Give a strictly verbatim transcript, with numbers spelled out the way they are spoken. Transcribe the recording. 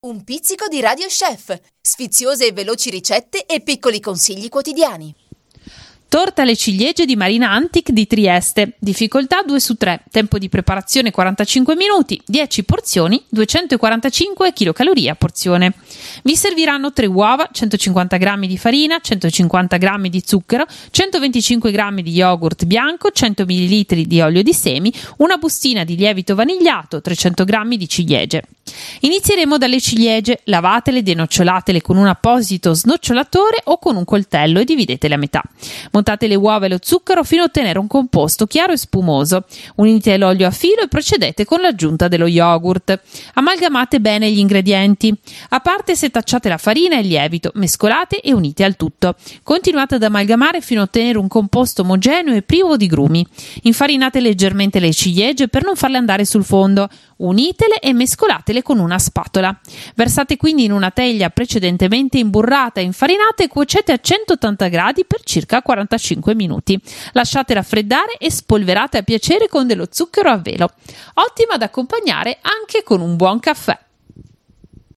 Un pizzico di Radio Chef, sfiziose e veloci ricette e piccoli consigli quotidiani. Torta alle ciliegie di Marina Antic di Trieste. Difficoltà due su tre. Tempo di preparazione quarantacinque minuti. dieci porzioni, duecentoquarantacinque chilocalorie a porzione. Vi serviranno tre uova, centocinquanta grammi di farina, centocinquanta grammi di zucchero, centoventicinque grammi di yogurt bianco, cento millilitri di olio di semi, una bustina di lievito vanigliato, trecento grammi di ciliegie. Inizieremo dalle ciliegie. Lavatele, denocciolatele con un apposito snocciolatore o con un coltello e dividetele a metà. Montate le uova e lo zucchero fino a ottenere un composto chiaro e spumoso. Unite l'olio a filo e procedete con l'aggiunta dello yogurt. Amalgamate bene gli ingredienti. A parte setacciate la farina e il lievito, mescolate e unite al tutto. Continuate ad amalgamare fino a ottenere un composto omogeneo e privo di grumi. Infarinate leggermente le ciliegie per non farle andare sul fondo. Unitele e mescolatele con una spatola. Versate quindi in una teglia precedentemente imburrata e infarinata e cuocete a centottanta gradi per circa quarantacinque minuti. Lasciate raffreddare e spolverate a piacere con dello zucchero a velo. Ottima da accompagnare anche con un buon caffè.